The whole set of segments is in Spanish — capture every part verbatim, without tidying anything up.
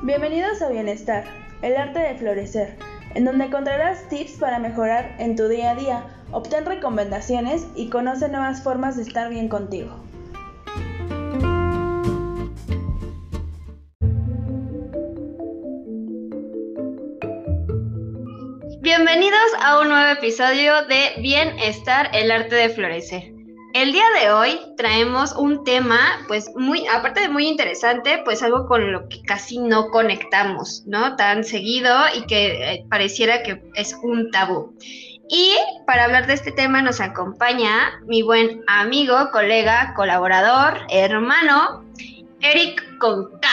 Bienvenidos a Bienestar, el arte de florecer, en donde encontrarás tips para mejorar en tu día a día, obtén recomendaciones y conoce nuevas formas de estar bien contigo. Bienvenidos a un nuevo episodio de Bienestar, el arte de florecer. El día de hoy traemos un tema, pues muy, aparte de muy interesante, pues algo con lo que casi no conectamos, ¿no? Tan seguido y que eh, pareciera que es un tabú. Y para hablar de este tema nos acompaña mi buen amigo, colega, colaborador, hermano, Eric con K.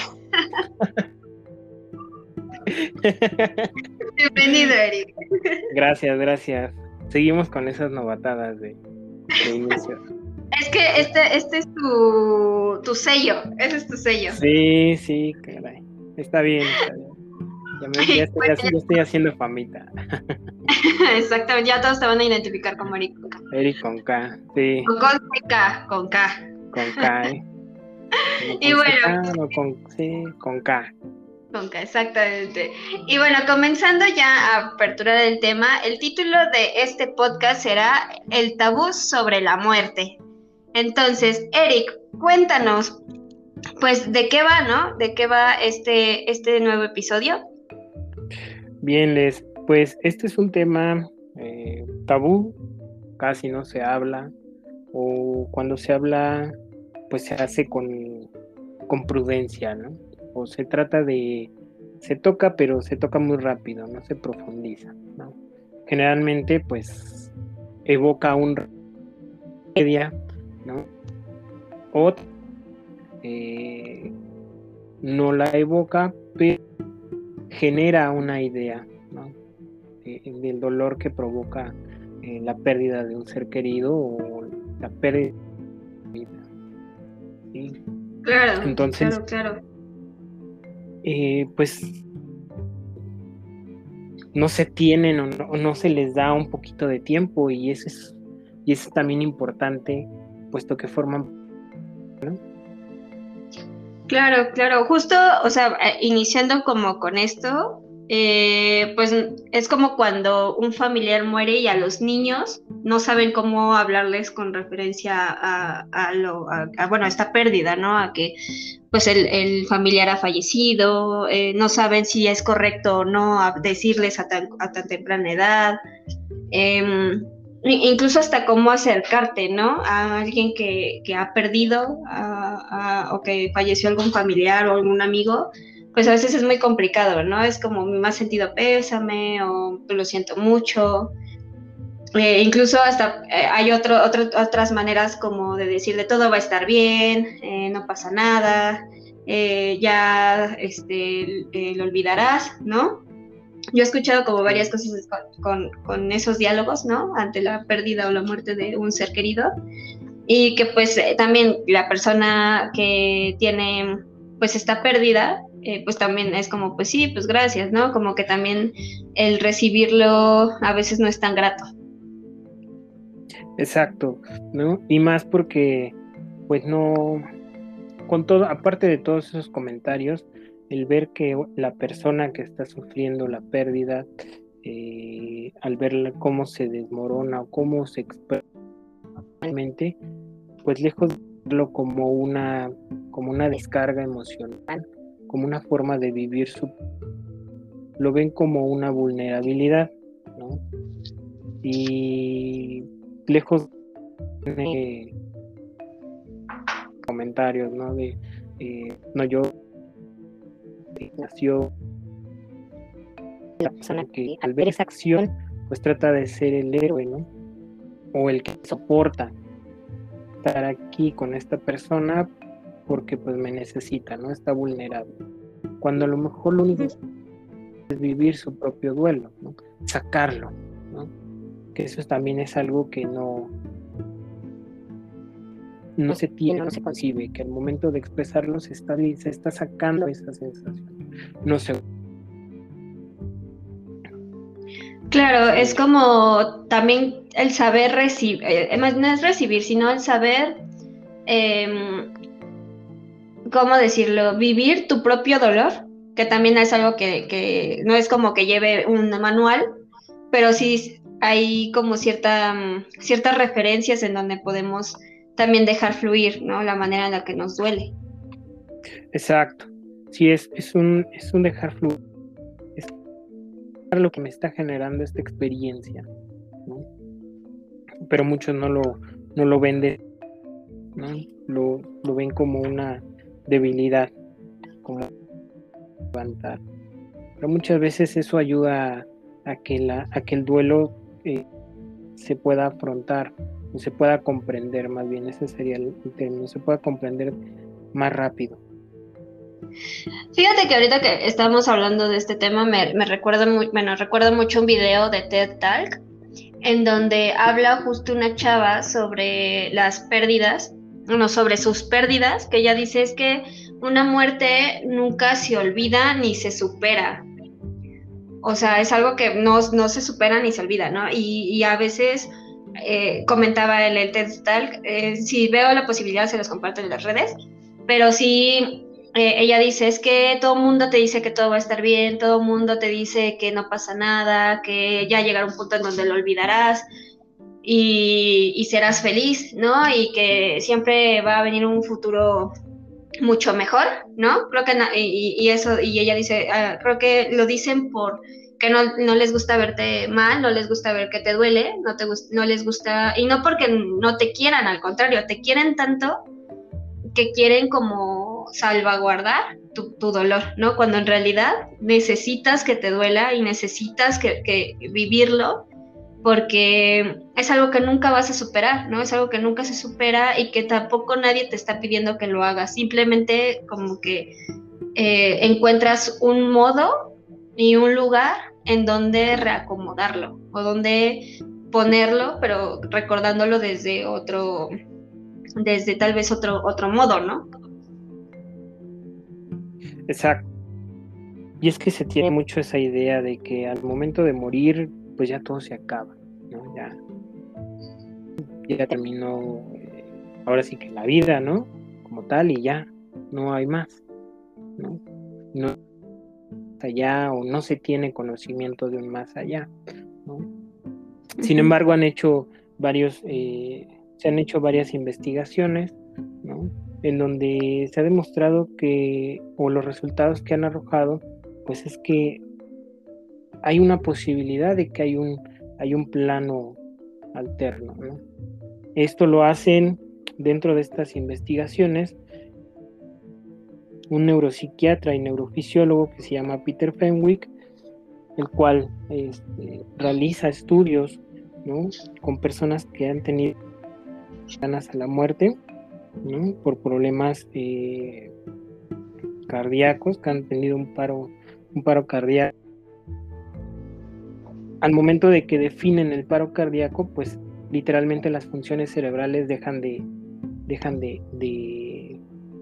Bienvenido, Eric. Gracias, gracias. Seguimos con esas novatadas de, de inicio. Es que este, este es tu, tu sello, ese es tu sello. Sí, sí, caray. Está bien, está bien. Ya, me, ya, estoy, ya, ya estoy haciendo famita. Exactamente, ya todos te van a identificar como Eric con K. Eric con K, sí. O con K, con K. Con K, ¿eh? No con Y bueno. Z, no con, sí, con K. Con K, exactamente. Y bueno, comenzando ya a aperturar el tema, el título de este podcast será El tabú sobre la muerte. Entonces, Eric, cuéntanos, pues, ¿de qué va, no? ¿De qué va este, este nuevo episodio? Bien, Les, pues este es un tema eh, tabú, casi no se habla, o cuando se habla, pues se hace con, con prudencia, ¿no? O se trata de, se toca, pero se toca muy rápido, no se profundiza, ¿no? Generalmente, pues, evoca un tragedia, ¿no? O eh, no la evoca, pero genera una idea, ¿no? Eh, del dolor que provoca eh, la pérdida de un ser querido o la pérdida de vida. ¿Sí? Claro, entonces, claro, claro. Eh, pues no se tienen o no, o no se les da un poquito de tiempo y eso es, y eso es también importante, puesto que forman, ¿no? Claro, claro, justo, o sea, iniciando como con esto, eh, pues es como cuando un familiar muere y a los niños no saben cómo hablarles con referencia a, a lo, a, a, bueno, a esta pérdida, ¿no? A que pues el, el familiar ha fallecido, eh, no saben si es correcto o no decirles a tan, a tan temprana edad. Eh, incluso hasta cómo acercarte, ¿no? A alguien que, que ha perdido a, a, o que falleció algún familiar o algún amigo, pues a veces es muy complicado, ¿no? Es como más sentido pésame o lo siento mucho. Eh, incluso hasta eh, hay otro, otro, otras maneras como de decirle todo va a estar bien, eh, no pasa nada, eh, ya este, eh, lo olvidarás, ¿no? Yo he escuchado como varias cosas con, con, con esos diálogos, ¿no? Ante la pérdida o la muerte de un ser querido. Y que pues eh, también la persona que tiene pues esta pérdida, eh, pues también es como, pues sí, pues gracias, ¿no? Como que también el recibirlo a veces no es tan grato. Exacto, ¿no? Y más porque, pues no, con todo, aparte de todos esos comentarios, el ver que la persona que está sufriendo la pérdida, eh, al ver cómo se desmorona o cómo se expresa, pues lejos de verlo como una, como una descarga emocional, como una forma de vivir su, lo ven como una vulnerabilidad, ¿no? Y lejos de comentarios, ¿no? De eh, no yo nació la persona que al ver esa acción pues trata de ser el héroe, ¿no? O el que soporta estar aquí con esta persona porque pues me necesita, ¿no? Está vulnerable. Cuando a lo mejor lo único es vivir su propio duelo, ¿no? Sacarlo, ¿no? Que eso también es algo que no no se tiene, no se concibe, que al momento de expresarlo se está, se está sacando esa sensación. No se... Claro, es como también el saber recibir, eh, no es recibir, sino el saber, eh, ¿cómo decirlo? Vivir tu propio dolor, que también es algo que, que no es como que lleve un manual, pero sí hay como cierta, ciertas referencias en donde podemos también dejar fluir, ¿no? La manera en la que nos duele. Exacto. Sí, es, es, un, es un dejar fluir. Es lo que me está generando esta experiencia, ¿no? Pero muchos no lo, no lo ven de, ¿no? Lo, lo ven como una debilidad, como levantar. Pero muchas veces eso ayuda a, a, que, la, a que el duelo eh, se pueda afrontar, o se pueda comprender, más bien, ese sería el, el término, se pueda comprender más rápido. Fíjate que ahorita que estamos hablando de este tema me, me recuerda muy, bueno, recuerda mucho un video de TED Talk en donde habla justo una chava sobre las pérdidas, bueno, sobre sus pérdidas, que ella dice es que una muerte nunca se olvida ni se supera. O sea, es algo que no, no se supera ni se olvida, ¿no? Y, y a veces eh, comentaba el, el TED Talk, eh, si veo la posibilidad se los comparto en las redes, pero sí, eh, ella dice, es que todo el mundo te dice que todo va a estar bien, todo el mundo te dice que no pasa nada, que ya llegará un punto en donde lo olvidarás y, y serás feliz, ¿no? Y que siempre va a venir un futuro mucho mejor, ¿no? Creo que na- y, y eso, y ella dice, ah, creo que lo dicen por que no, no les gusta verte mal, no les gusta ver que te duele, no, te gust- no les gusta, y no porque no te quieran, al contrario, te quieren tanto que quieren como salvaguardar tu, tu dolor, ¿no? Cuando en realidad necesitas que te duela y necesitas que, que vivirlo porque es algo que nunca vas a superar, ¿no? Es algo que nunca se supera y que tampoco nadie te está pidiendo que lo hagas. Simplemente como que eh, encuentras un modo y un lugar en donde reacomodarlo o donde ponerlo, pero recordándolo desde otro, desde tal vez otro, otro modo, ¿no? Exacto. Y es que se tiene mucho esa idea de que al momento de morir, pues ya todo se acaba, ¿no? Ya, ya terminó, eh, ahora sí que la vida, ¿no? Como tal, y ya, no hay más, ¿no? No hay más allá, o no se tiene conocimiento de un más allá, ¿no? Sin embargo, han hecho varios, eh, se han hecho varias investigaciones, ¿no? En donde se ha demostrado que, o los resultados que han arrojado, pues es que hay una posibilidad de que hay un, hay un plano alterno, ¿no? Esto lo hacen dentro de estas investigaciones un neuropsiquiatra y neurofisiólogo que se llama Peter Fenwick, el cual este, realiza estudios, ¿no? Con personas que han tenido ganas a la muerte, ¿no? Por problemas eh, cardíacos, que han tenido un paro, un paro cardíaco. Al momento de que definen el paro cardíaco, pues literalmente las funciones cerebrales dejan de, dejan de, de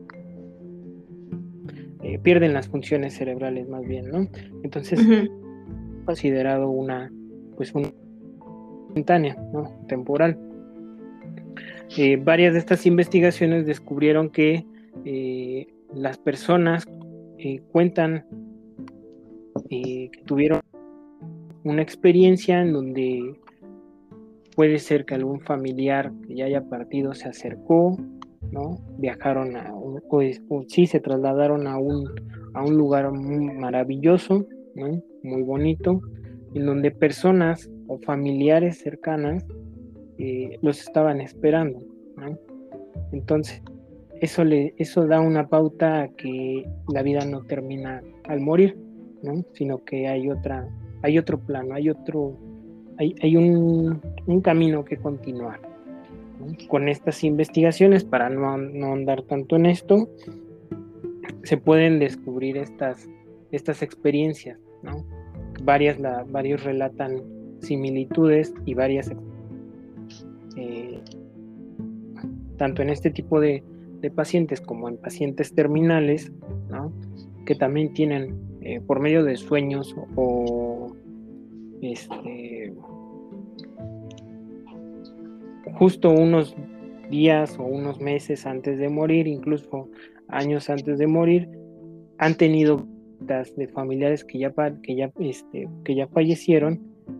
eh, pierden las funciones cerebrales más bien, ¿no? Entonces, uh-huh. considerado una, pues una momentánea, ¿no? Temporal. Eh, varias de estas investigaciones descubrieron que eh, las personas eh, cuentan eh, que tuvieron una experiencia en donde puede ser que algún familiar que ya haya partido se acercó, ¿no? Viajaron a un, o, o sí se trasladaron a un, a un lugar muy maravilloso, ¿no? Muy bonito, en donde personas o familiares cercanas eh, los estaban esperando, ¿no? Entonces, eso, le, eso da una pauta a que la vida no termina al morir, ¿no? Sino que hay otra, hay otro plano, hay otro, hay, hay un, un camino que continuar, ¿no? Con estas investigaciones, para no, no andar tanto en esto, se pueden descubrir estas, estas experiencias, ¿no? Varias, la, varios relatan similitudes y varias eh, tanto en este tipo de, de pacientes como en pacientes terminales, ¿no? Que también tienen eh, por medio de sueños o, o este justo unos días o unos meses antes de morir, incluso años antes de morir, han tenido de familiares que ya, que ya, este, que ya fallecieron,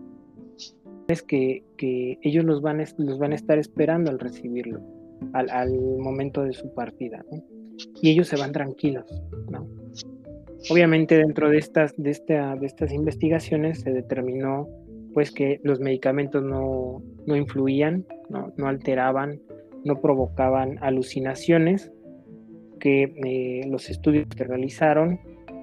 es que, que ellos los van, a, los van a estar esperando al recibirlo, al, al momento de su partida, ¿no? Y ellos se van tranquilos, ¿no? Obviamente dentro de estas, de esta, de estas investigaciones se determinó pues que los medicamentos no, no influían, no, no alteraban, no provocaban alucinaciones, que eh, los estudios que realizaron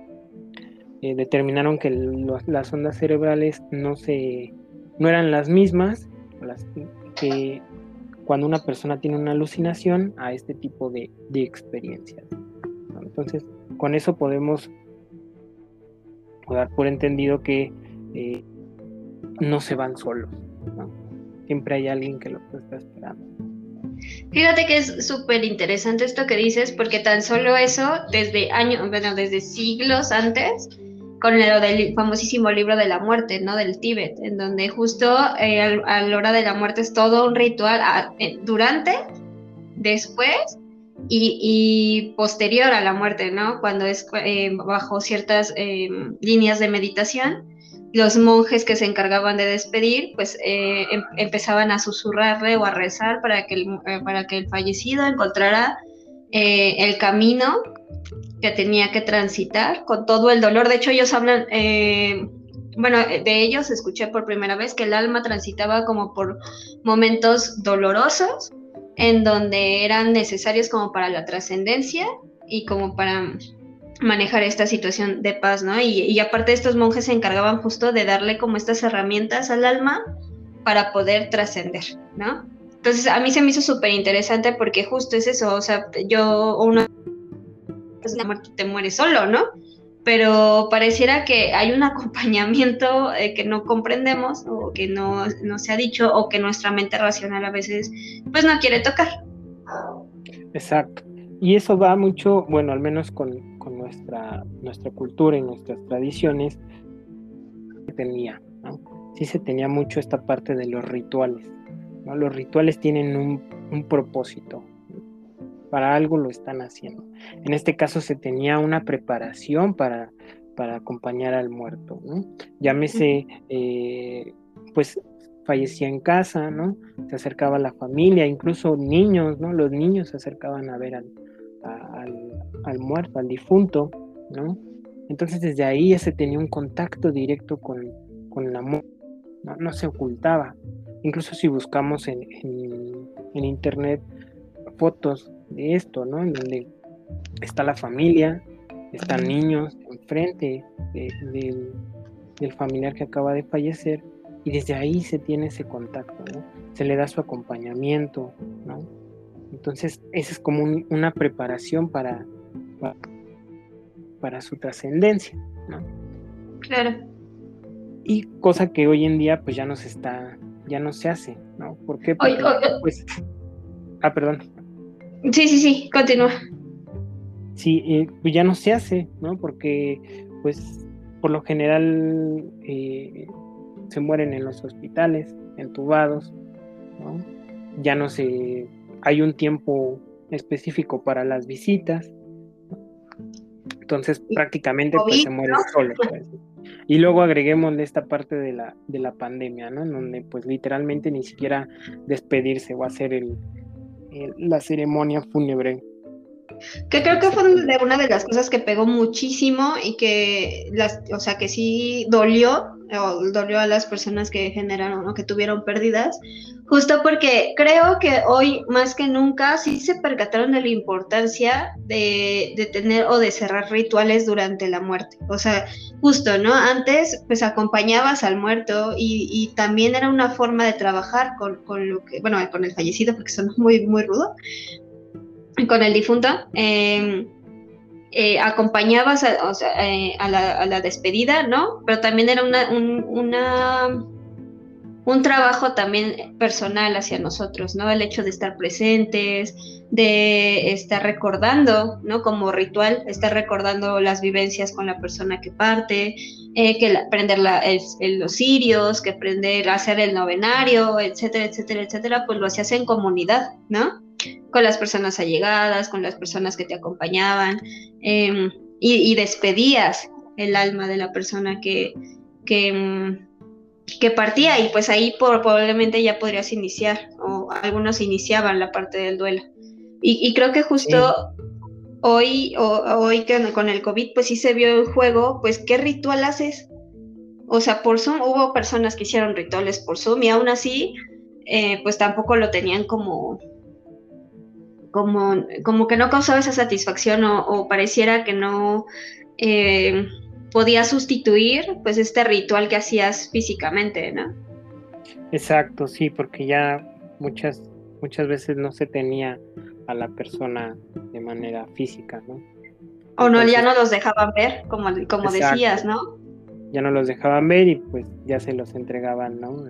eh, determinaron que lo, las ondas cerebrales no se no eran las mismas las, que cuando una persona tiene una alucinación a este tipo de, de experiencias, ¿no? Entonces, con eso podemos dar por entendido que eh, no se van solos, ¿no? Siempre hay alguien que los está esperando. Fíjate que es súper interesante esto que dices, porque tan solo eso, desde años, bueno, desde siglos antes, con lo del famosísimo libro de la muerte, ¿no? Del Tíbet, en donde justo eh, a la hora de la muerte es todo un ritual a, eh, durante, después y, y posterior a la muerte, ¿no? Cuando es eh, bajo ciertas eh, líneas de meditación, los monjes que se encargaban de despedir, pues eh, em, empezaban a susurrarle o a rezar para que el, eh, para que el fallecido encontrara eh, el camino que tenía que transitar con todo el dolor. De hecho, ellos hablan, eh, bueno, de ellos escuché por primera vez que el alma transitaba como por momentos dolorosos, en donde eran necesarios como para la trascendencia y como para manejar esta situación de paz, ¿no? Y, y aparte estos monjes se encargaban justo de darle como estas herramientas al alma para poder trascender, ¿no? Entonces a mí se me hizo súper interesante porque justo es eso, o sea, yo, uno, pues la muerte te mueres solo, ¿no? Pero pareciera que hay un acompañamiento eh, que no comprendemos o que no, no se ha dicho o que nuestra mente racional a veces pues no quiere tocar. Exacto. Y eso va mucho, bueno, al menos con, con nuestra, nuestra cultura y nuestras tradiciones, se tenía, ¿no? Sí se tenía mucho esta parte de los rituales, ¿no? Los rituales tienen un, un propósito, para algo lo están haciendo. En este caso se tenía una preparación para, para acompañar al muerto, ¿no? Llámese, eh, pues fallecía en casa, ¿no? Se acercaba a la familia, incluso niños, ¿no? Los niños se acercaban a ver al, a, al, al muerto, al difunto, ¿no? Entonces desde ahí ya se tenía un contacto directo con, con la muerte, ¿no? No se ocultaba. Incluso si buscamos en, en, en internet fotos de esto, ¿no? En donde está la familia, están niños enfrente de, de, del familiar que acaba de fallecer, y desde ahí se tiene ese contacto, ¿no? Se le da su acompañamiento, ¿no? Entonces, esa es como un, una preparación para, para, para su trascendencia, ¿no? Claro. Y cosa que hoy en día, pues ya no se está, ya no se hace, ¿no? ¿Por qué? Porque, Oye, oye. pues, ah, perdón. Sí, sí, sí, continúa. Sí, eh, pues ya no se hace, ¿no? Porque, pues, por lo general eh, se mueren en los hospitales, entubados, ¿no? Ya no se... Hay un tiempo específico para las visitas, ¿no? Entonces prácticamente COVID, pues se mueren ¿no? solos, pues. Y luego agreguémosle esta parte de la, de la pandemia, ¿no? En donde pues literalmente ni siquiera despedirse o hacer el, el, la ceremonia fúnebre. Que creo que fue de una de las cosas que pegó muchísimo y que, las, o sea, que sí dolió, o dolió a las personas que generaron o que tuvieron pérdidas, justo porque creo que hoy más que nunca sí se percataron de la importancia de, de tener o de cerrar rituales durante la muerte. O sea, justo, ¿no? Antes pues acompañabas al muerto y, y también era una forma de trabajar con, con lo que, bueno, con el fallecido, porque son muy, muy rudo, con el difunto, eh, eh, acompañabas a, o sea, eh, a, la, a la despedida, ¿no? Pero también era una, un, una, un trabajo también personal hacia nosotros, ¿no? El hecho de estar presentes, de estar recordando, ¿no? Como ritual, estar recordando las vivencias con la persona que parte, eh, que la, prender la, el, el, los cirios, que prender, hacer el novenario, etcétera, etcétera, etcétera, pues lo hacías en comunidad, ¿no? Con las personas allegadas, con las personas que te acompañaban, eh, y, y despedías el alma de la persona que, que, que partía, y pues ahí por, probablemente ya podrías iniciar, o algunos iniciaban la parte del duelo. Y, y creo que justo sí. hoy, o, hoy que con el COVID, pues sí se vio el juego, pues ¿qué ritual haces? O sea, por Zoom hubo personas que hicieron rituales por Zoom y aún así, eh, pues tampoco lo tenían como, como, como que no causaba esa satisfacción, o, o pareciera que no eh, podía sustituir pues este ritual que hacías físicamente, ¿no? Exacto, sí, porque ya muchas, muchas veces no se tenía a la persona de manera física, ¿no? O no, Entonces, ya no los dejaban ver, como, como decías, ¿no? Ya no los dejaban ver y pues ya se los entregaban, ¿no?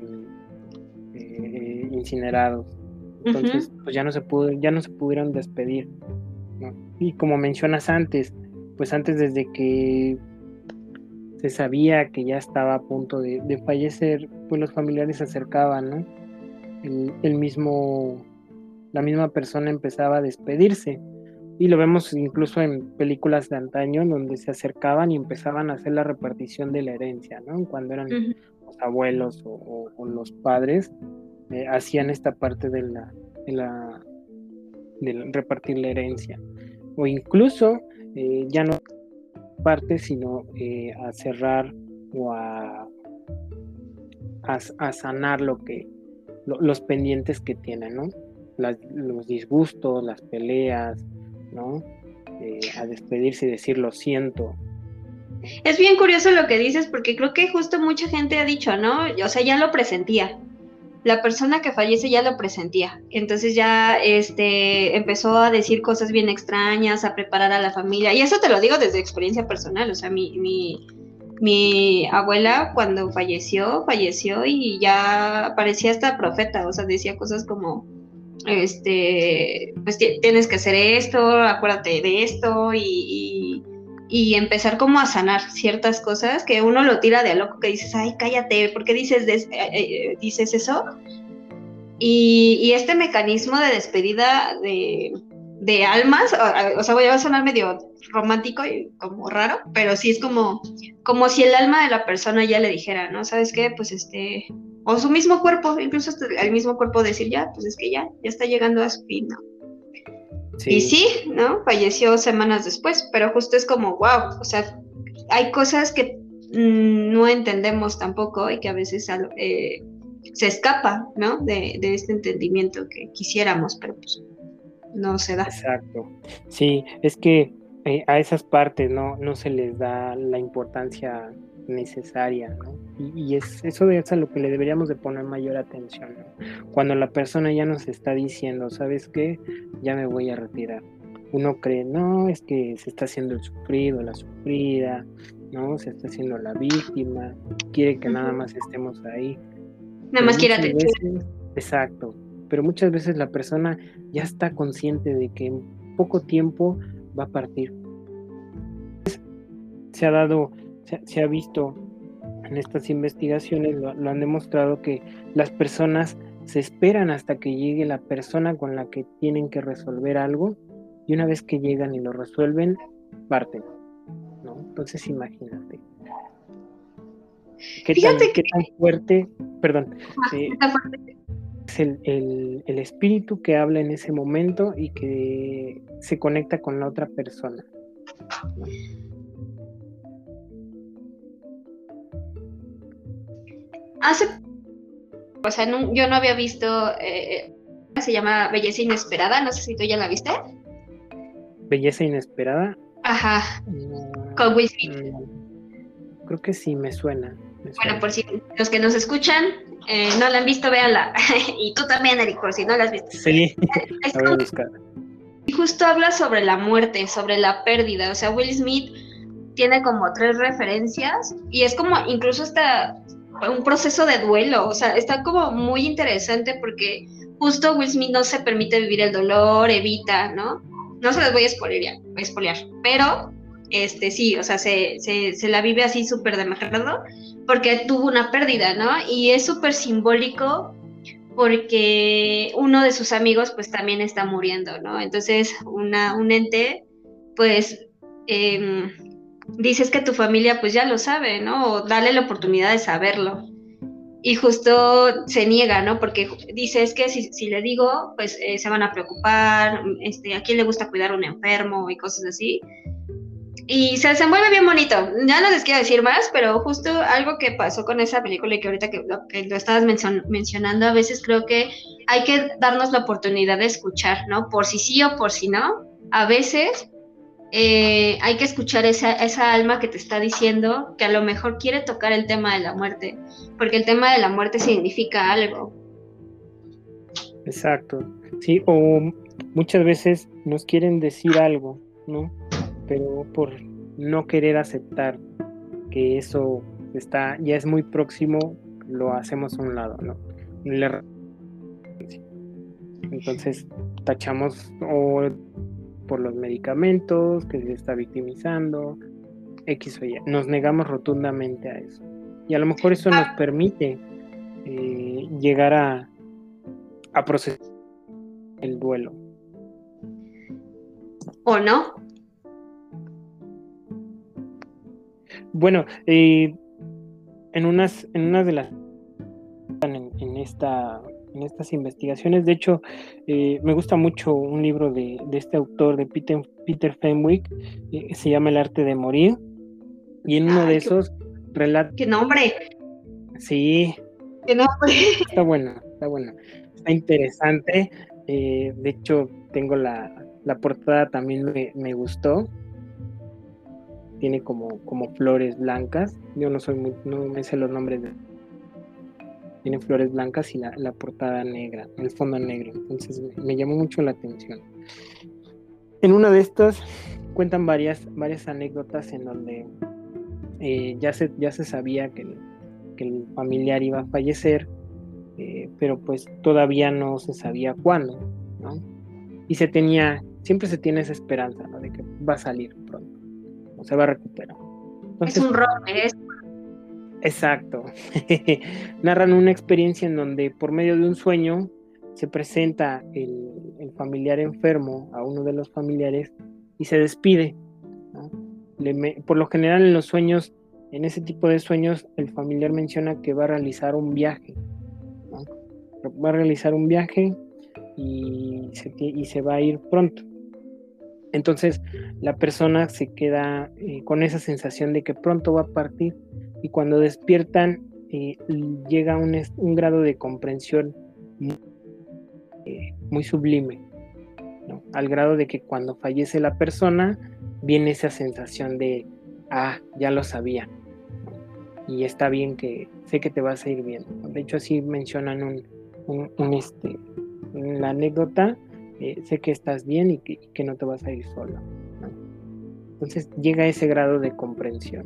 Eh, incinerados. Entonces, uh-huh. pues ya no se pudo, ya no se pudieron despedir, ¿no? Y como mencionas antes, pues antes desde que se sabía que ya estaba a punto de, de fallecer, pues los familiares se acercaban, ¿no? El, el mismo, la misma persona empezaba a despedirse. Y lo vemos incluso en películas de antaño donde se acercaban y empezaban a hacer la repartición de la herencia, ¿no? Cuando eran uh-huh. los abuelos o, o, o los padres, eh, hacían esta parte de la, de la de repartir la herencia. O incluso eh, ya no parte, sino eh, a cerrar o a, a, a sanar lo que, lo, los pendientes que tienen, ¿no? Las, los disgustos, las peleas, ¿no? Eh, a despedirse y decir lo siento. Es bien curioso lo que dices, porque creo que justo mucha gente ha dicho, ¿no? O sea, ya lo presentía. La persona que fallece ya lo presentía. Entonces ya este, empezó a decir cosas bien extrañas, a preparar a la familia. Y eso te lo digo desde experiencia personal. O sea, mi, mi, mi abuela cuando falleció, falleció y ya parecía hasta profeta. O sea, decía cosas como, este, pues tienes que hacer esto, acuérdate de esto, y, y, y empezar como a sanar ciertas cosas que uno lo tira de a loco, que dices, ay, cállate, ¿por qué dices, de, eh, dices eso? Y, y este mecanismo de despedida de, de almas, o, o sea, voy a sonar medio romántico y como raro, pero sí es como, como si el alma de la persona ya le dijera, ¿no? ¿Sabes qué? Pues este... o su mismo cuerpo, incluso hasta el mismo cuerpo decir, ya, pues es que ya, ya está llegando a su fin, ¿no? Sí. Y sí, ¿no? Falleció semanas después, pero justo es como, wow, o sea, hay cosas que mmm, no entendemos tampoco y que a veces eh, se escapa, ¿no? De, de este entendimiento que quisiéramos, pero pues no se da. Exacto. Sí, es que eh, a esas partes no, no se les da la importancia necesaria, ¿no? Y, y es eso de eso a lo que le deberíamos de poner mayor atención, ¿no? Cuando la persona ya nos está diciendo, ¿sabes qué? Ya me voy a retirar. Uno cree, no, es que se está haciendo el sufrido, la sufrida, ¿no? Se está haciendo la víctima, quiere que uh-huh. nada más estemos ahí. Nada Pero más quiere atención. Exacto. Pero muchas veces la persona ya está consciente de que en poco tiempo va a partir. Se ha dado, se, se ha visto en estas investigaciones, lo, lo han demostrado que las personas se esperan hasta que llegue la persona con la que tienen que resolver algo, y una vez que llegan y lo resuelven, parten, ¿no? Entonces imagínate. ¿Qué tan, que... qué tan fuerte, perdón, eh, es el, el, el espíritu que habla en ese momento y que se conecta con la otra persona, ¿no? Hace, o sea, no, yo no había visto, eh, se llama Belleza Inesperada, no sé si tú ya la viste. Belleza Inesperada. Ajá. No, con Will Smith. No, creo que sí, me suena. Me bueno, suena. Por si los que nos escuchan eh, no la han visto, véanla. Y tú también, Eric, por si no la has visto. Sí, la voy a buscar. Y justo habla sobre la muerte, sobre la pérdida. O sea, Will Smith tiene como tres referencias y es como incluso hasta un proceso de duelo. O sea, está como muy interesante porque justo Will Smith no se permite vivir el dolor, evita, ¿no? No se las voy a spoilear, voy a spoilear, pero este sí, o sea, se, se, se la vive así súper demacrado porque tuvo una pérdida, ¿no? Y es súper simbólico porque uno de sus amigos pues también está muriendo, ¿no? Entonces una, un ente pues eh, dices que tu familia pues ya lo sabe, ¿no? O dale la oportunidad de saberlo. Y justo se niega, ¿no? Porque dice, es que si, si le digo, pues eh, se van a preocupar, este, a quién le gusta cuidar a un enfermo y cosas así. Y se desenvuelve bien bonito. Ya no les quiero decir más, pero justo algo que pasó con esa película y que ahorita que lo, que lo estabas mencion mencionando, a veces creo que hay que darnos la oportunidad de escuchar, ¿no? Por si sí o por si no. A veces eh, hay que escuchar esa, esa alma que te está diciendo que a lo mejor quiere tocar el tema de la muerte, porque el tema de la muerte significa algo. Exacto, sí, o muchas veces nos quieren decir algo, ¿no? Pero por no querer aceptar que eso está, ya es muy próximo, lo hacemos a un lado, ¿no? Le... Entonces tachamos o por los medicamentos, que se está victimizando, X o Y. Nos negamos rotundamente a eso. Y a lo mejor eso nos permite eh, llegar a, a procesar el duelo. ¿O no? Bueno, eh, en unas, en unas de las en, en esta en estas investigaciones, de hecho, eh, me gusta mucho un libro de, de este autor, de Peter, Peter Fenwick, eh, se llama El arte de morir, y en uno Ay, de qué, esos relata... ¡Qué nombre! Sí, ¡Qué nombre! está bueno, está bueno, está interesante, eh, de hecho, tengo la, la portada, también me, me gustó, tiene como, como flores blancas, yo no soy muy, no me sé los nombres de... Tiene flores blancas y la, la portada negra, el fondo negro, entonces me, me llamó mucho la atención. En una de estas cuentan varias, varias anécdotas en donde eh, ya, se, ya se sabía que el, que el familiar iba a fallecer, eh, pero pues todavía no se sabía cuándo, ¿no? Y se tenía, siempre se tiene esa esperanza, ¿no? De que va a salir pronto, o se va a recuperar. Entonces, es un roble, es... Exacto. Narran una experiencia en donde por medio de un sueño se presenta el, el familiar enfermo a uno de los familiares y se despide, ¿no? Le me, por lo general en los sueños, en ese tipo de sueños, el familiar menciona que va a realizar un viaje, ¿no? Va a realizar un viaje y se, y se va a ir pronto. Entonces la persona se queda eh, con esa sensación de que pronto va a partir, y cuando despiertan eh, llega un, un grado de comprensión muy, eh, muy sublime, ¿no? Al grado de que cuando fallece la persona viene esa sensación de, ah, ya lo sabía, ¿no? Y está bien, que sé que te vas a ir bien. De hecho así mencionan un, un, un este, en la anécdota, eh, sé que estás bien y que, y que no te vas a ir solo, ¿no? Entonces llega a ese grado de comprensión.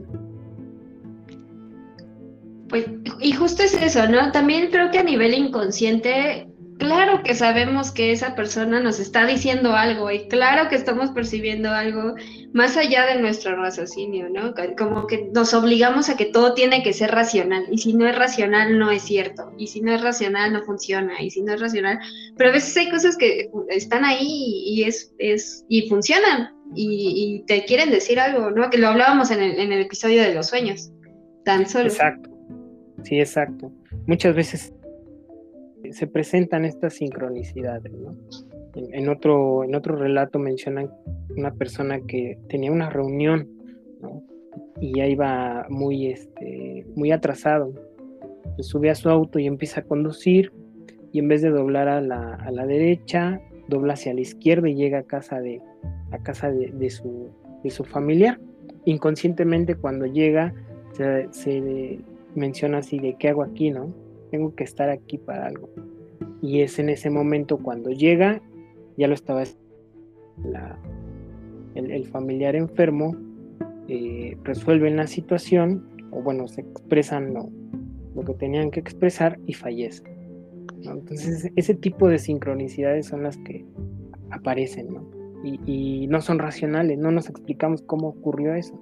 Pues, y justo es eso, ¿no? También creo que a nivel inconsciente, claro que sabemos que esa persona nos está diciendo algo y claro que estamos percibiendo algo más allá de nuestro raciocinio, ¿no? Como que nos obligamos a que todo tiene que ser racional, y si no es racional no es cierto, y si no es racional no funciona, y si no es racional, pero a veces hay cosas que están ahí y es, es y funcionan y, y te quieren decir algo, ¿no? Que lo hablábamos en el, en el episodio de los sueños, tan solo. Exacto. Sí, exacto. Muchas veces se presentan estas sincronicidades, ¿no? En, en, otro, en otro relato mencionan una persona que tenía una reunión, ¿no? Y ya iba muy, este, muy atrasado. Se sube a su auto y empieza a conducir, y en vez de doblar a la, a la derecha, dobla hacia la izquierda y llega a casa de, a casa de, de, su, de su familiar. Inconscientemente, cuando llega, se, se menciona así de, ¿qué hago aquí, no? Tengo que estar aquí para algo. Y es en ese momento cuando llega, ya lo estaba la, el, el familiar enfermo, eh, resuelven la situación, o bueno, se expresan lo, lo que tenían que expresar y fallece, ¿no? Entonces ese tipo de sincronicidades son las que aparecen, ¿no? Y, y no son racionales, no nos explicamos cómo ocurrió eso.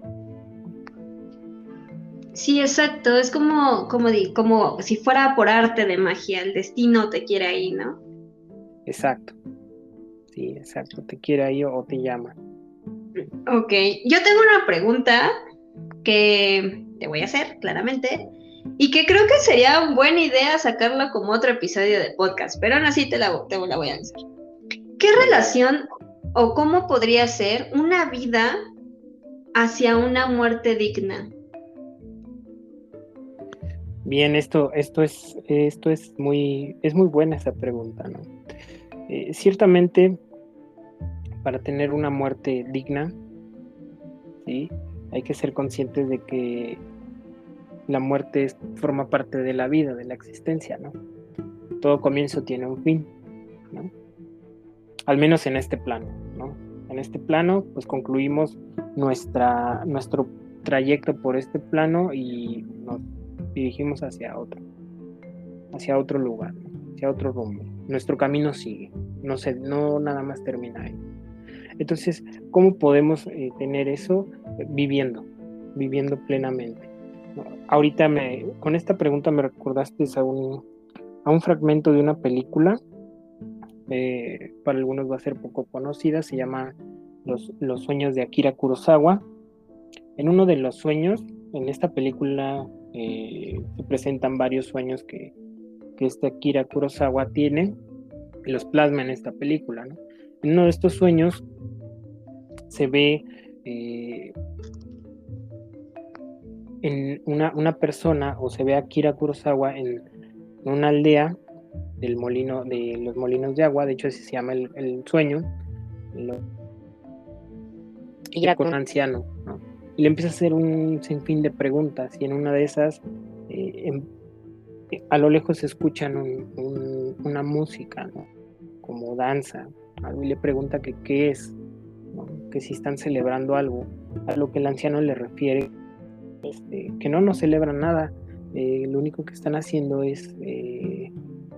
Sí, exacto, es como, como, como si fuera por arte de magia, el destino te quiere ahí, ¿no? Exacto, sí, exacto, te quiere ahí o te llama. Ok, yo tengo una pregunta que te voy a hacer, claramente, y que creo que sería buena idea sacarla como otro episodio de podcast, pero aún así te la, te la voy a hacer. ¿Qué relación o cómo podría ser una vida hacia una muerte digna? Bien, esto, esto es, esto es muy, es muy buena esa pregunta, ¿no? Eh, ciertamente, para tener una muerte digna, ¿sí? Hay que ser conscientes de que la muerte es, forma parte de la vida, de la existencia, ¿no? Todo comienzo tiene un fin, ¿no? Al menos en este plano, ¿no? En este plano, pues concluimos nuestra, nuestro trayecto por este plano y nos dirigimos hacia otro, hacia otro lugar, ¿no? Hacia otro rumbo. Nuestro camino sigue, no, se, no nada más termina ahí. Entonces, ¿cómo podemos eh, tener eso? Viviendo, viviendo plenamente. ¿No? Ahorita me, con esta pregunta me recordaste a un, a un fragmento de una película, eh, para algunos va a ser poco conocida, se llama Los, los sueños de Akira Kurosawa. En uno de los sueños, en esta película eh, se presentan varios sueños que, que este Akira Kurosawa tiene y los plasma en esta película, ¿no? En uno de estos sueños se ve eh, en una, una persona, o se ve a Akira Kurosawa en, en una aldea del molino, de los molinos de agua, de hecho así se llama el, el sueño, lo, y con un anciano, ¿no? Y le empieza a hacer un sinfín de preguntas, y en una de esas, eh, en, a lo lejos se escuchan un, un, una música, ¿no? Como danza, algo, y le pregunta que qué es, ¿no? Que si están celebrando algo, a lo que el anciano le refiere, este, que no, no celebran nada, eh, lo único que están haciendo es eh,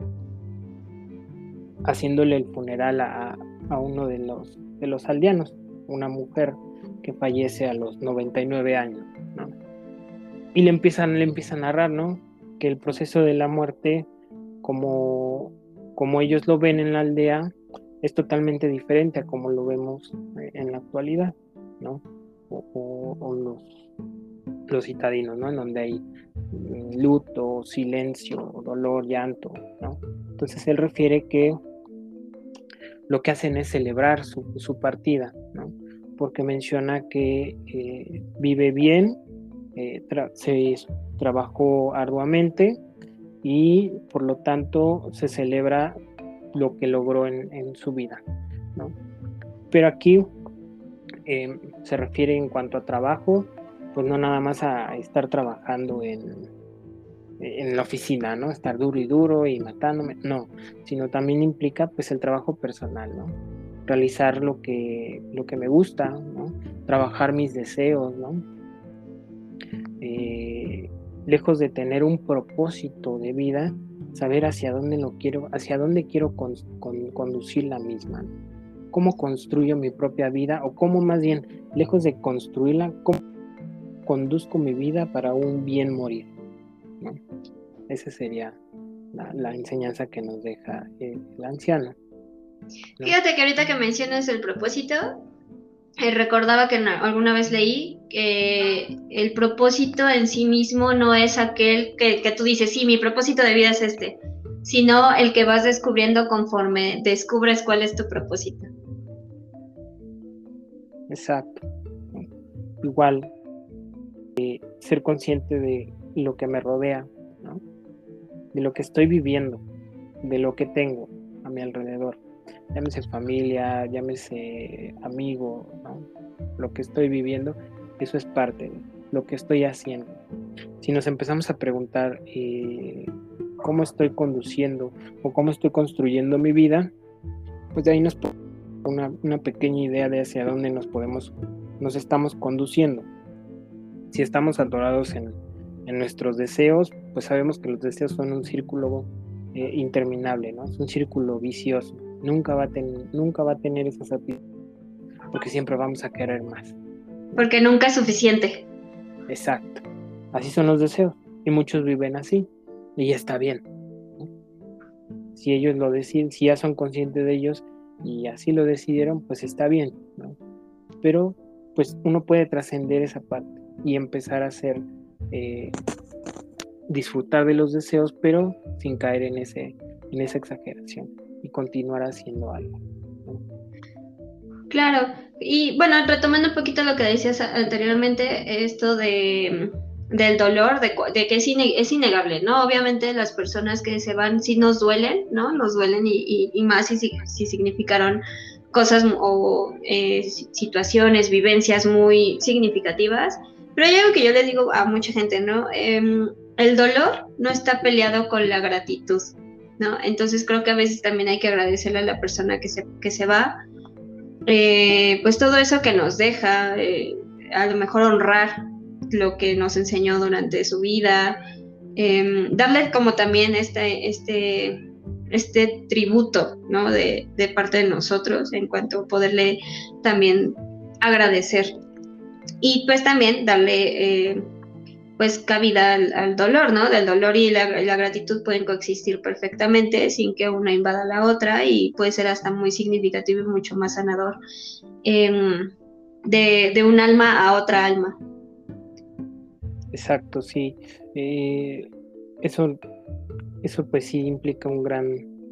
haciéndole el funeral a, a uno de los, de los aldeanos, una mujer que fallece a los noventa y nueve años, ¿no? Y le empiezan, le empiezan a narrar, ¿no? Que el proceso de la muerte, como, como ellos lo ven en la aldea, es totalmente diferente a como lo vemos en la actualidad, ¿no? O, o, o los, los citadinos, ¿no? En donde hay luto, silencio, dolor, llanto, ¿no? Entonces él refiere que lo que hacen es celebrar su, su partida, ¿no? Porque menciona que eh, vive bien, eh, tra- se trabajó arduamente y por lo tanto se celebra lo que logró en, en su vida, ¿no? Pero aquí eh, se refiere en cuanto a trabajo, pues no nada más a estar trabajando en, en la oficina, ¿no? Estar duro y duro y matándome, no, sino también implica pues el trabajo personal, ¿no? Realizar lo que, lo que me gusta, ¿no? Trabajar mis deseos, ¿no? Eh, lejos de tener un propósito de vida, saber hacia dónde lo quiero, hacia dónde quiero con, con, conducir la misma, ¿no? Cómo construyo mi propia vida, o cómo más bien, lejos de construirla, cómo conduzco mi vida para un bien morir, ¿no? Esa sería la, la enseñanza que nos deja el, el anciano, ¿no? Fíjate que ahorita que mencionas el propósito, eh, recordaba que na- alguna vez leí que el propósito en sí mismo no es aquel que, que tú dices, sí, mi propósito de vida es este, sino el que vas descubriendo conforme descubres cuál es tu propósito. Exacto, ¿no? Igual, eh, ser consciente de lo que me rodea, ¿no? De lo que estoy viviendo, de lo que tengo a mi alrededor, llámese familia, llámese amigo, ¿no? Lo que estoy viviendo, eso es parte de lo que estoy haciendo. Si nos empezamos a preguntar eh, cómo estoy conduciendo o cómo estoy construyendo mi vida, pues de ahí nos podemos dar una, una pequeña idea de hacia dónde nos podemos, nos estamos conduciendo. Si estamos atorados en, en nuestros deseos, pues sabemos que los deseos son un círculo eh, interminable, ¿no? Es un círculo vicioso. Nunca va a tener, nunca va a tener esa satisfacción, porque siempre vamos a querer más. Porque nunca es suficiente. Exacto. Así son los deseos. Y muchos viven así. Y está bien, ¿no? Si ellos lo deciden, si ya son conscientes de ellos y así lo decidieron, pues está bien, ¿no? Pero pues uno puede trascender esa parte y empezar a hacer, eh, disfrutar de los deseos, pero sin caer en, ese, en esa exageración y continuar haciendo algo, ¿no? Claro, y bueno, retomando un poquito lo que decías anteriormente, esto de, del dolor, de, de que es, ine, es innegable, ¿no? Obviamente las personas que se van sí nos duelen, ¿no? Nos duelen y, y, y más si, si significaron cosas o eh, situaciones, vivencias muy significativas, pero hay algo que yo les digo a mucha gente, ¿no? Eh, el dolor no está peleado con la gratitud, ¿no? Entonces creo que a veces también hay que agradecerle a la persona que se, que se va, Eh, pues todo eso que nos deja, eh, a lo mejor honrar lo que nos enseñó durante su vida, eh, darle como también este, este, este tributo, ¿no? De, de parte de nosotros en cuanto a poderle también agradecer y pues también darle eh, pues cabida al, al dolor, ¿no? Del dolor y la, la gratitud pueden coexistir perfectamente sin que una invada a la otra y puede ser hasta muy significativo y mucho más sanador eh, de, de un alma a otra alma. Exacto, sí. Eh, eso, eso pues sí implica un gran,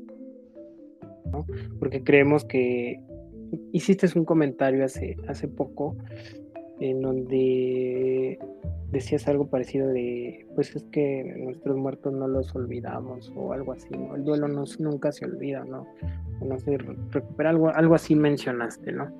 ¿no? Porque creemos que hiciste un comentario hace, hace poco en donde decías algo parecido de, pues es que nuestros muertos no los olvidamos o algo así, ¿no? El duelo no, nunca se olvida, ¿no? No se recupera, algo, algo así mencionaste, ¿no?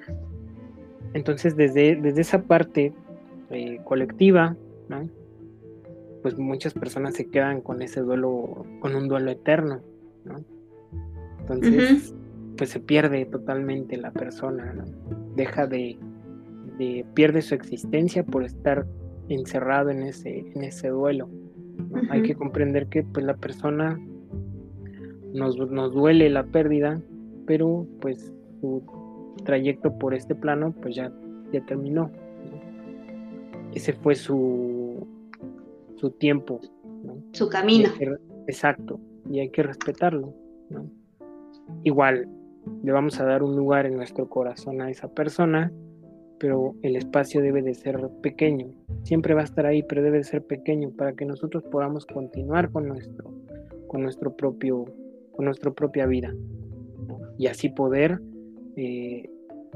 Entonces desde, desde esa parte eh, colectiva, ¿no? Pues muchas personas se quedan con ese duelo, con un duelo eterno, ¿no? Entonces, uh-huh. pues se pierde totalmente la persona, ¿no? Deja de, de, pierde su existencia por estar encerrado en ese, en ese duelo, ¿no? Uh-huh. Hay que comprender que pues la persona nos, nos duele la pérdida, pero pues su trayecto por este plano pues ya, ya terminó, ¿no? Ese fue su su tiempo, ¿no? Su camino. Que, exacto, y hay que respetarlo, ¿no? Igual, le vamos a dar un lugar en nuestro corazón a esa persona, pero el espacio debe de ser pequeño. Siempre va a estar ahí, pero debe de ser pequeño para que nosotros podamos continuar con nuestro, con nuestro propio, con nuestra propia vida, ¿no? Y así poder eh,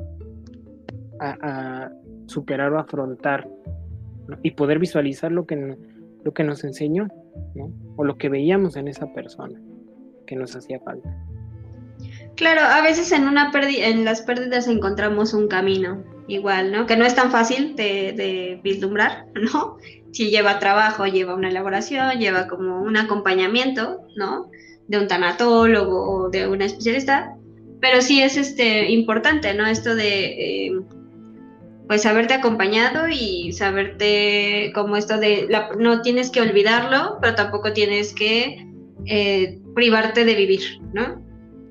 a, a superar o afrontar, ¿no? Y poder visualizar lo que lo que nos enseñó, ¿no? O lo que veíamos en esa persona que nos hacía falta. Claro, a veces en una pérdida, en las pérdidas encontramos un camino igual, ¿no? Que no es tan fácil de, de vislumbrar, ¿no? Si lleva trabajo, lleva una elaboración, lleva como un acompañamiento, ¿no? De un tanatólogo o de una especialista, pero sí es este importante, ¿no? Esto de eh, pues haberte acompañado y saberte como esto de, la, no tienes que olvidarlo, pero tampoco tienes que eh, privarte de vivir, ¿no?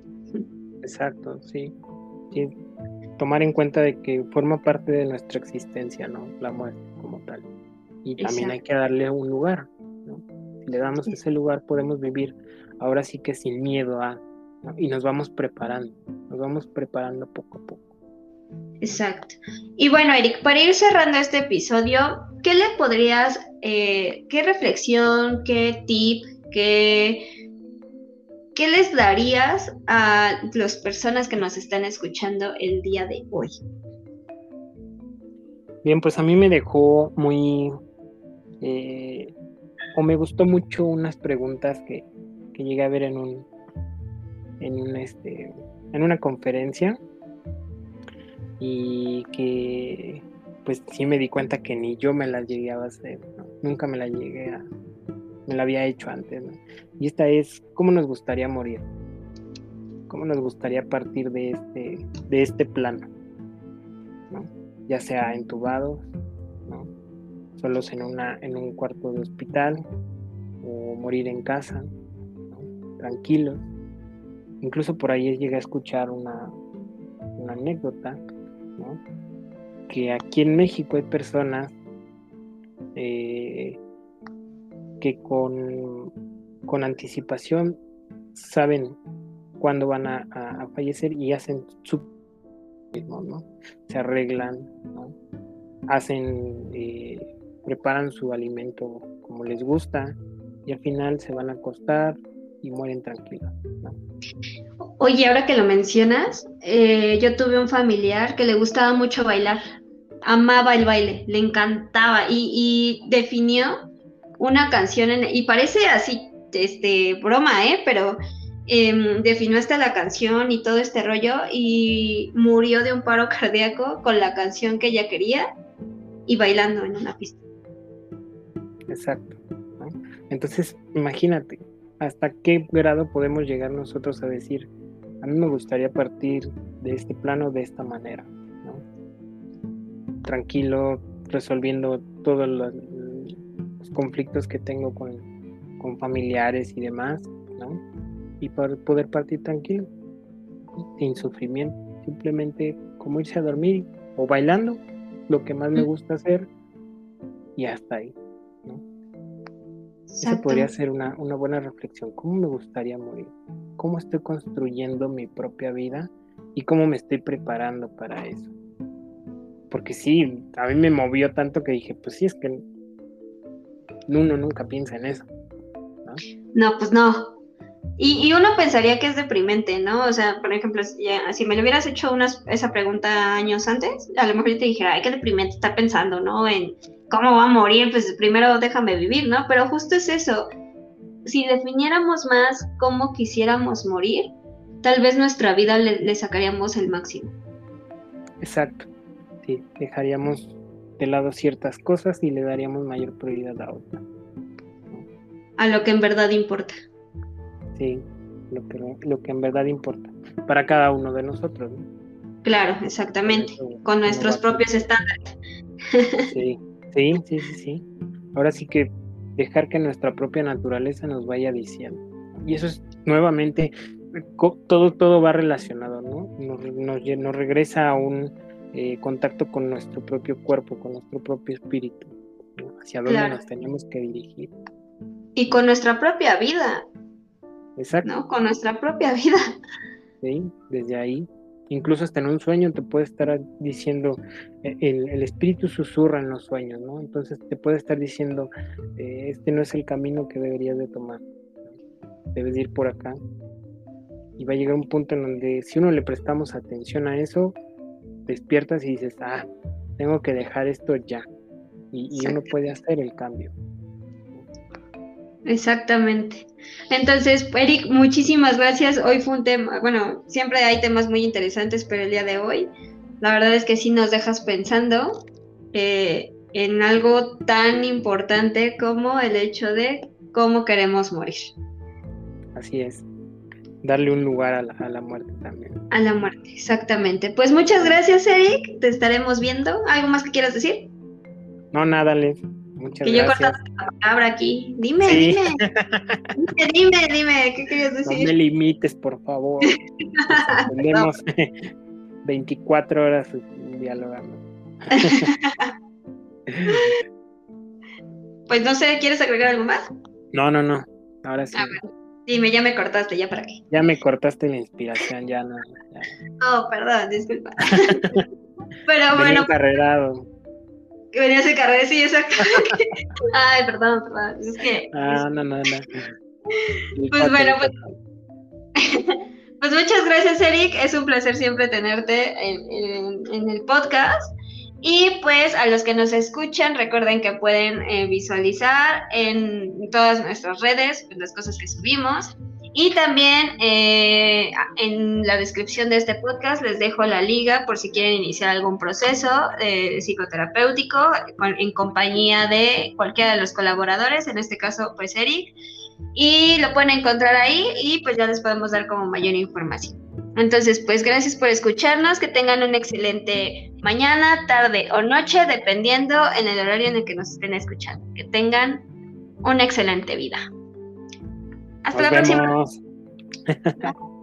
Exacto, sí. sí. Tomar en cuenta de que forma parte de nuestra existencia, ¿no? La muerte como tal. Y también Exacto. Hay que darle un lugar, ¿no? Si le damos sí. ese lugar, podemos vivir ahora sí que sin miedo a, ¿no? Y nos vamos preparando, nos vamos preparando poco a poco. Exacto. Y bueno, Eric, para ir cerrando este episodio, ¿qué le podrías, eh, qué reflexión, qué tip, qué, qué les darías a las personas que nos están escuchando el día de hoy? Bien, pues a mí me dejó muy, eh, o me gustó mucho unas preguntas que, que llegué a ver en un, en un, este, en una conferencia. Y que pues sí me di cuenta que ni yo me las llegué a hacer, ¿no? Nunca me la llegué a, me la había hecho antes, ¿no? Y esta es, ¿cómo nos gustaría morir? ¿Cómo nos gustaría partir de este, de este plano? ¿No? Ya sea entubados, ¿no? Solos en, una, en un cuarto de hospital, o morir en casa, ¿no? Tranquilos. Incluso por ahí llegué a escuchar una, una anécdota, ¿no? Que aquí en México hay personas eh, que con, con anticipación saben cuándo van a, a, a fallecer y hacen su mismos, ¿no? Se arreglan, ¿no? Hacen, eh, preparan su alimento como les gusta y al final se van a acostar y mueren tranquilos, ¿no? Oye, ahora que lo mencionas, eh, yo tuve un familiar que le gustaba mucho bailar, amaba el baile, le encantaba y, y definió una canción, en, y parece así, este, broma, ¿eh? Pero eh, definió hasta la canción y todo este rollo y murió de un paro cardíaco con la canción que ella quería y bailando en una pista. Exacto, ¿no? Entonces, imagínate, hasta qué grado podemos llegar nosotros a decir, a mí me gustaría partir de este plano de esta manera, ¿no? Tranquilo, resolviendo todos los, los conflictos que tengo con, con familiares y demás, ¿no? Y para poder partir tranquilo, sin sufrimiento, simplemente como irse a dormir o bailando, lo que más me gusta hacer, y hasta ahí, ¿no? Esa podría ser una, una buena reflexión. ¿Cómo me gustaría morir? ¿Cómo estoy construyendo mi propia vida? ¿Y cómo me estoy preparando para eso? Porque sí, a mí me movió tanto que dije, pues sí, es que uno nunca piensa en eso, ¿no? No, pues no. Y, y uno pensaría que es deprimente, ¿no? O sea, por ejemplo, si, si me lo hubieras hecho unas, esa pregunta años antes, a lo mejor yo te dijera, ay, qué deprimente está pensando, ¿no? En cómo va a morir, pues primero déjame vivir, ¿no? Pero justo es eso. Si definiéramos más cómo quisiéramos morir, tal vez nuestra vida le, le sacaríamos el máximo. Exacto. Sí, dejaríamos de lado ciertas cosas y le daríamos mayor prioridad a otras, ¿no? A lo que en verdad importa. Sí, lo que, lo que en verdad importa para cada uno de nosotros, ¿no? Claro, exactamente, con nuestros propios estándares. Sí, sí, sí, sí, sí. Ahora sí que dejar que nuestra propia naturaleza nos vaya diciendo. Y eso es nuevamente, todo, todo va relacionado, ¿no? Nos, nos, nos regresa a un eh, contacto con nuestro propio cuerpo, con nuestro propio espíritu, ¿no? Hacia dónde claro. nos tenemos que dirigir. Y con nuestra propia vida. Exacto. ¿No? Con nuestra propia vida. Sí, desde ahí. Incluso hasta en un sueño te puede estar diciendo, el, el espíritu susurra en los sueños, ¿no? Entonces te puede estar diciendo, eh, este no es el camino que deberías de tomar, debes ir por acá. Y va a llegar un punto en donde si uno le prestamos atención a eso, despiertas y dices, ah, tengo que dejar esto ya. Y, y uno puede hacer el cambio. Exactamente. Entonces, Eric, muchísimas gracias. Hoy fue un tema, bueno, siempre hay temas muy interesantes, pero el día de hoy, la verdad es que sí nos dejas pensando eh, en algo tan importante como el hecho de cómo queremos morir. Así es. Darle un lugar a la, a la muerte también. A la muerte, exactamente. Pues muchas gracias, Eric. Te estaremos viendo. ¿Algo más que quieras decir? No, nada, Les. Muchas que gracias. Que yo cortando la palabra aquí. Dime, sí. dime. Dime, dime, dime. ¿Qué querías decir? No me limites, por favor. Tenemos veinticuatro horas dialogando. Pues no sé, ¿quieres agregar algo más? No, no, no. Ahora sí. Ah, bueno. Dime, ya me cortaste, ¿ya para qué? Ya me cortaste la inspiración, ya no. Ya. Oh, perdón, disculpa. Pero Venía bueno. encarrerado. Venía ese carrera, sí, exactamente. Ay, perdón, perdón. Es que. Ah, no, no, no. Pues pato, bueno, pues. Pues muchas gracias, Eric. Es un placer siempre tenerte en, en, en el podcast. Y pues a los que nos escuchan, recuerden que pueden eh, visualizar en todas nuestras redes las cosas que subimos. Y también eh, en la descripción de este podcast les dejo la liga por si quieren iniciar algún proceso eh, psicoterapéutico con, en compañía de cualquiera de los colaboradores, en este caso pues Eric. Y lo pueden encontrar ahí y pues ya les podemos dar como mayor información. Entonces, pues gracias por escucharnos, que tengan una excelente mañana, tarde o noche, dependiendo en el horario en el que nos estén escuchando. Que tengan una excelente vida. Hasta Nos la vemos. próxima.